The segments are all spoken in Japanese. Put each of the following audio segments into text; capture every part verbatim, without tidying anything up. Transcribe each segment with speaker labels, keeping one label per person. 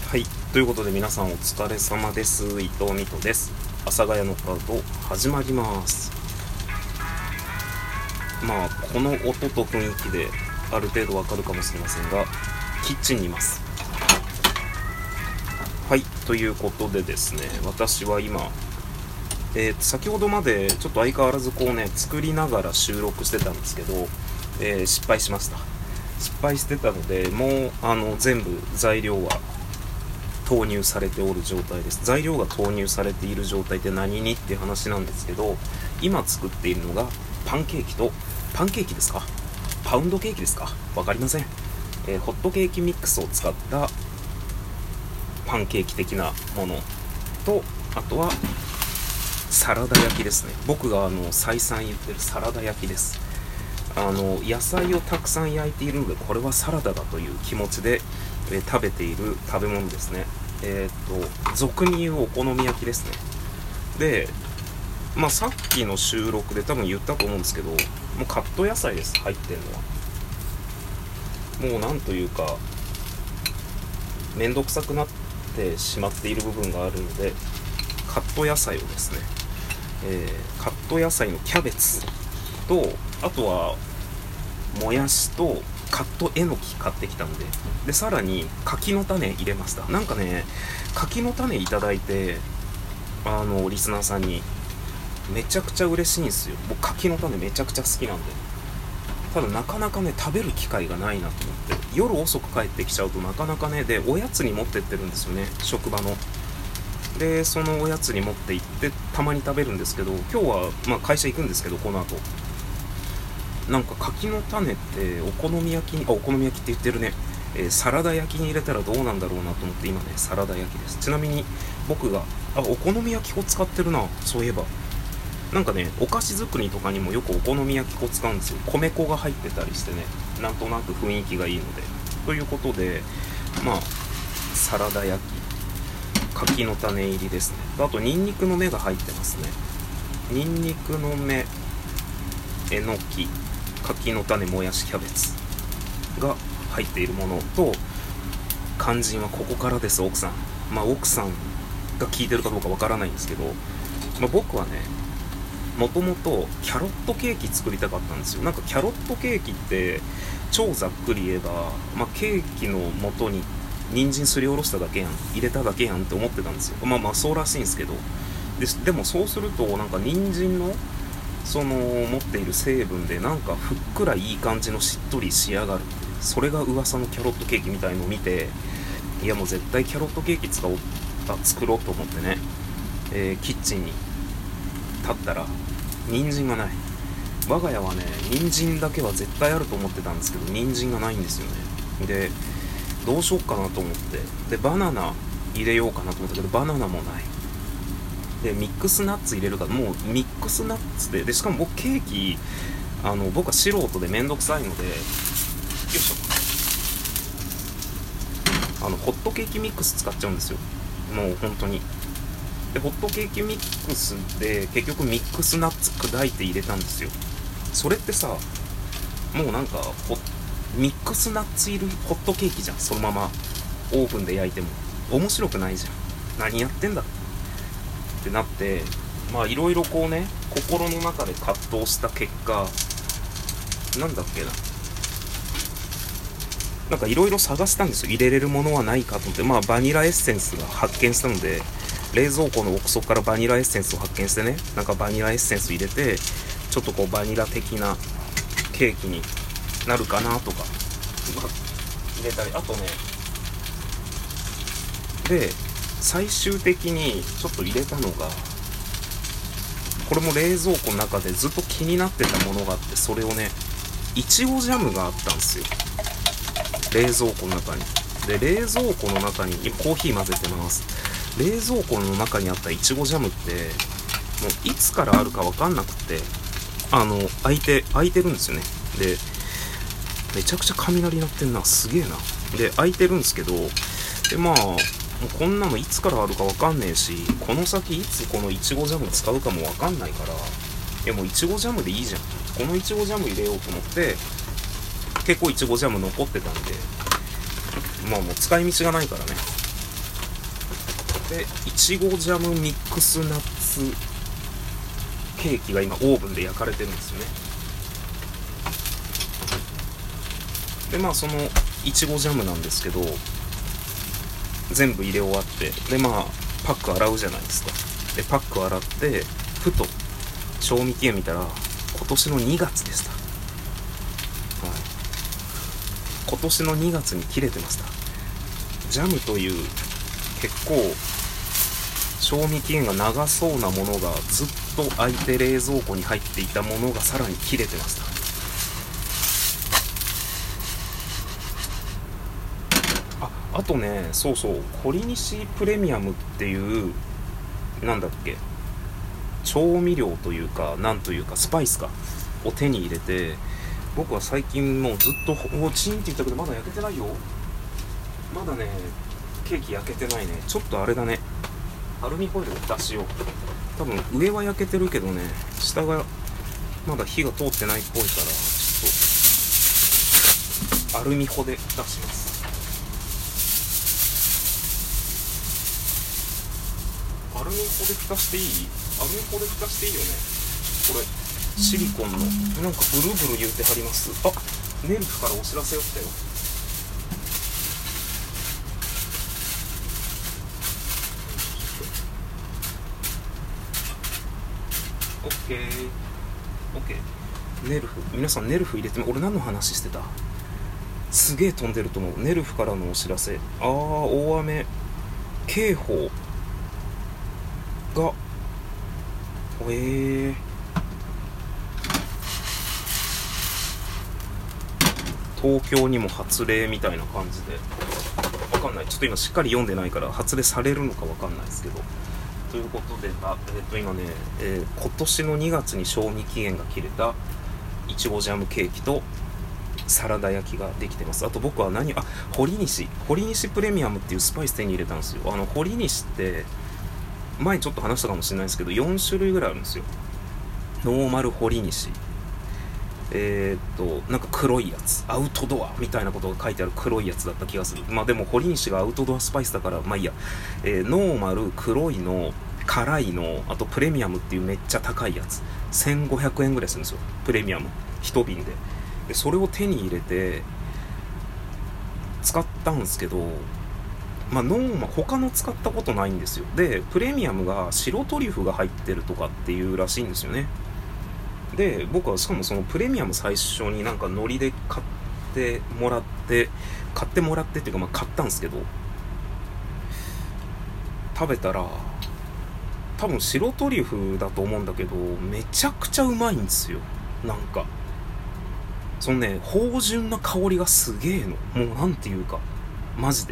Speaker 1: はい、ということで皆さんお疲れ様です。伊藤美斗です。阿佐ヶ谷ノックアウト始まります。まあこの音と雰囲気である程度わかるかもしれませんが、キッチンにいます。はい、ということでですね、私は今えー、先ほどまでちょっと相変わらずこうね作りながら収録してたんですけど、えー、失敗しました。失敗してたので、もうあの全部材料は投入されておる状態です。材料が投入されている状態って何にっていう話なんですけど、今作っているのがパンケーキと、パンケーキですか、パウンドケーキですか、わかりません、えー、ホットケーキミックスを使ったパンケーキ的なものと、あとはサラダ焼きですね。僕があの再三言ってるサラダ焼きです。あの野菜をたくさん焼いているので、これはサラダだという気持ちで、えー、食べている食べ物ですね。えー、っと俗に言うお好み焼きですね。で、まあさっきの収録で多分言ったと思うんですけど、もうカット野菜です。入ってるのはもうなんというかめんどくさくなってしまっている部分があるので、カット野菜をですね、えー、カット野菜のキャベツと、あとはもやしとカットえのき買ってきたんで、でさらに柿の種入れました。なんかね、柿の種いただいて、あのリスナーさんにめちゃくちゃ嬉しいんですよ。僕柿の種めちゃくちゃ好きなんで。ただなかなかね食べる機会がないなと思って、夜遅く帰ってきちゃうとなかなかね、でおやつに持ってってるんですよね、職場の。でそのおやつに持って行ってたまに食べるんですけど、今日はまあ会社行くんですけど、この後なんか柿の種ってお好み焼きに、あお好み焼きって言ってるね、えー、サラダ焼きに入れたらどうなんだろうなと思って今ねサラダ焼きです。ちなみに僕があお好み焼き粉使ってるな、そういえば。なんかねお菓子作りとかにもよくお好み焼き粉使うんですよ。米粉が入ってたりしてね、なんとなく雰囲気がいいので。ということで、まあサラダ焼き柿の種入りですね。あとニンニクの芽が入ってますね。ニンニクの芽、えのき、柿の種、もやし、キャベツが入っているものと、肝心はここからです。奥さん、まあ奥さんが聞いてるかどうかわからないんですけど、まあ、僕はねもともとキャロットケーキ作りたかったんですよ。なんかキャロットケーキって超ざっくり言えば、まあ、ケーキの元に人参すりおろしただけやん、入れただけやんって思ってたんですよ。まあまあそうらしいんですけど、で, でもそうするとなんか人参のその持っている成分でなんかふっくらいい感じのしっとり仕上がる、それが噂のキャロットケーキみたいのを見て、いやもう絶対キャロットケーキ使おう、あ作ろうと思ってね、えー、キッチンに立ったら人参がない。我が家はね人参だけは絶対あると思ってたんですけど、人参がないんですよね。でどうしようかなと思って、でバナナ入れようかなと思ったけどバナナもない。でミックスナッツ入れるから、もうミックスナッツで、でしかも僕ケーキ、あの僕は素人でめんどくさいので、よいしょ、あのホットケーキミックス使っちゃうんですよ、もう本当に。でホットケーキミックスで結局ミックスナッツ砕いて入れたんですよ。それってさ、もうなんかミックスナッツ入りホットケーキじゃん、そのままオーブンで焼いても。面白くないじゃん、何やってんだってなって、まあいろいろこうね心の中で葛藤した結果、なんだっけな、なんかいろいろ探したんですよ、入れれるものはないかと思って。まあバニラエッセンスが発見したので、冷蔵庫の奥底からバニラエッセンスを発見してね、なんかバニラエッセンス入れてちょっとこうバニラ的なケーキになるかなとか、まあ、入れたり、あとね、で最終的にちょっと入れたのが、これも冷蔵庫の中でずっと気になってたものがあって、それをねいちごジャムがあったんですよ、冷蔵庫の中に。で冷蔵庫の中に今コーヒー混ぜてます。冷蔵庫の中にあったいちごジャムってもういつからあるか分かんなくて、あの開いて開いてるんですよね。でめちゃくちゃ雷鳴ってんな、すげえな。で開いてるんですけど、でまあもうこんなのいつからあるか分かんねえし、この先いつこのいちごジャム使うかも分かんないから、いやもういちごジャムでいいじゃん、このいちごジャム入れようと思って、結構いちごジャム残ってたんで、まあもう使い道がないからね、 でいちごジャムミックスナッツケーキが今オーブンで焼かれてるんですよね。でまあそのいちごジャムなんですけど、全部入れ終わって、でまあパック洗うじゃないですか。でパック洗ってふと賞味期限見たら今年のにがつでした。はい、今年のにがつに切れてました。ジャムという結構賞味期限が長そうなものがずっと空いて冷蔵庫に入っていたものがさらに切れてました。あ、あとね、そうそう、コリニシプレミアムっていうなんだっけ、調味料というかなんというかスパイスかを手に入れて、僕は最近もうずっとおチンって言ったけどまだ焼けてないよ。まだねケーキ焼けてないね。ちょっとあれだね、アルミホイルで蓋しよう。多分上は焼けてるけどね、下がまだ火が通ってないっぽいから、ちょっとアルミホで蓋します。アルミホで蓋していい？アルミホで蓋していいよね。これシリコンのなんかブルブル言うてはります。あ、ネルフからお知らせが来たよ。オッケーオッケー。ネルフ、皆さんネルフ入れてみ、俺何の話してた？すげえ飛んでると思う。ネルフからのお知らせ。あー、大雨警報がえー東京にも発令みたいな感じで、わかんない、ちょっと今しっかり読んでないから発令されるのかわかんないですけど、ということで、あ、えっと今ね、えー、今年のにがつに賞味期限が切れたいちごジャムケーキとサラダ焼きができてます。あと僕は何、あ、堀西堀西プレミアムっていうスパイス手に入れたんですよ。あの堀西って前ちょっと話したかもしれないですけどよんしゅるいぐらいあるんですよ。ノーマル堀西、えー、っとなんか黒いやつ、アウトドアみたいなことが書いてある黒いやつだった気がする。まあでも堀西がアウトドアスパイスだからまあいいや、えー、ノーマル、黒いの、辛いの、あとプレミアムっていうめっちゃ高いやつ、せんごひゃくえんぐらいするんですよ、プレミアム一瓶で。でそれを手に入れて使ったんですけど、まあノーマル他の使ったことないんですよ。でプレミアムが白トリュフが入ってるとかっていうらしいんですよね。で僕はしかもそのプレミアム最初になんかノリで買ってもらって買ってもらってっていうかまあ買ったんですけど、食べたら多分白トリュフだと思うんだけどめちゃくちゃうまいんですよ。なんかそのね芳醇な香りがすげえの、もうなんていうかマジで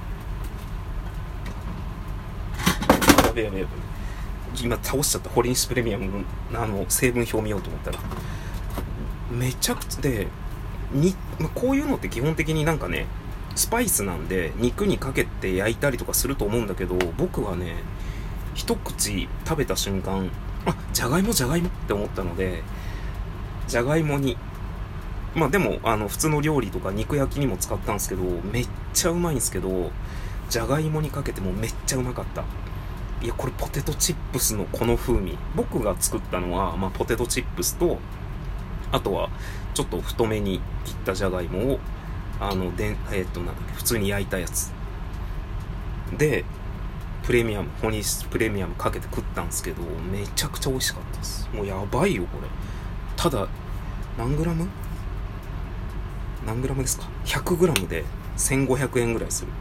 Speaker 1: やべやべやべ、今倒しちゃった。ホリンシプレミアムのあの成分表見ようと思ったらめちゃくちゃでに、まあ、こういうのって基本的になんかねスパイスなんで肉にかけて焼いたりとかすると思うんだけど、僕はね一口食べた瞬間、あ、じゃがいもじゃがいもって思ったので、じゃがいもに、まあでもあの普通の料理とか肉焼きにも使ったんですけどめっちゃうまいんですけど、じゃがいもにかけてもめっちゃうまかった。いやこれポテトチップスのこの風味、僕が作ったのは、まあ、ポテトチップスとあとはちょっと太めに切ったじゃがいもをあので、えー、っとなんだっけ普通に焼いたやつでプレミアムホニスプレミアムかけて食ったんですけどめちゃくちゃ美味しかったです。もうやばいよこれ。ただ何グラム何グラムですか、ひゃくグラムでせんごひゃくえんぐらいする。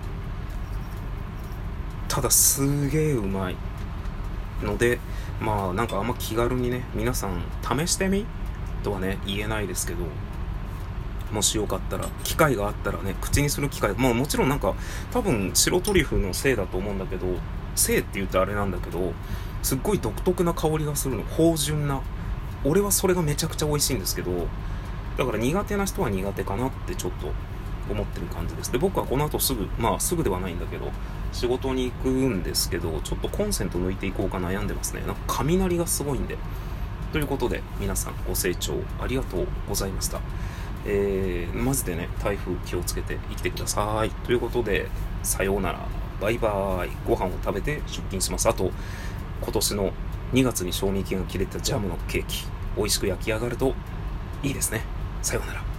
Speaker 1: ただすげえうまいので、まあなんかあんま気軽にね皆さん試してみとはね言えないですけど、もしよかったら機会があったらね口にする機会、まあもちろんなんか多分白トリュフのせいだと思うんだけど、せいって言うとあれなんだけどすっごい独特な香りがするの、芳醇な。俺はそれがめちゃくちゃ美味しいんですけど、だから苦手な人は苦手かなってちょっと思ってる感じです。で僕はこの後すぐ、まあすぐではないんだけど仕事に行くんですけど、ちょっとコンセント抜いていこうか悩んでますね。なんか雷がすごいんで。ということで皆さんご清聴ありがとうございました。えー、マジでね台風気をつけて生きてください。ということでさようなら。 バイバーイ。ご飯を食べて出勤します。あと今年のにがつに賞味期限が切れたジャムのケーキ、美味しく焼き上がるといいですね。さようなら。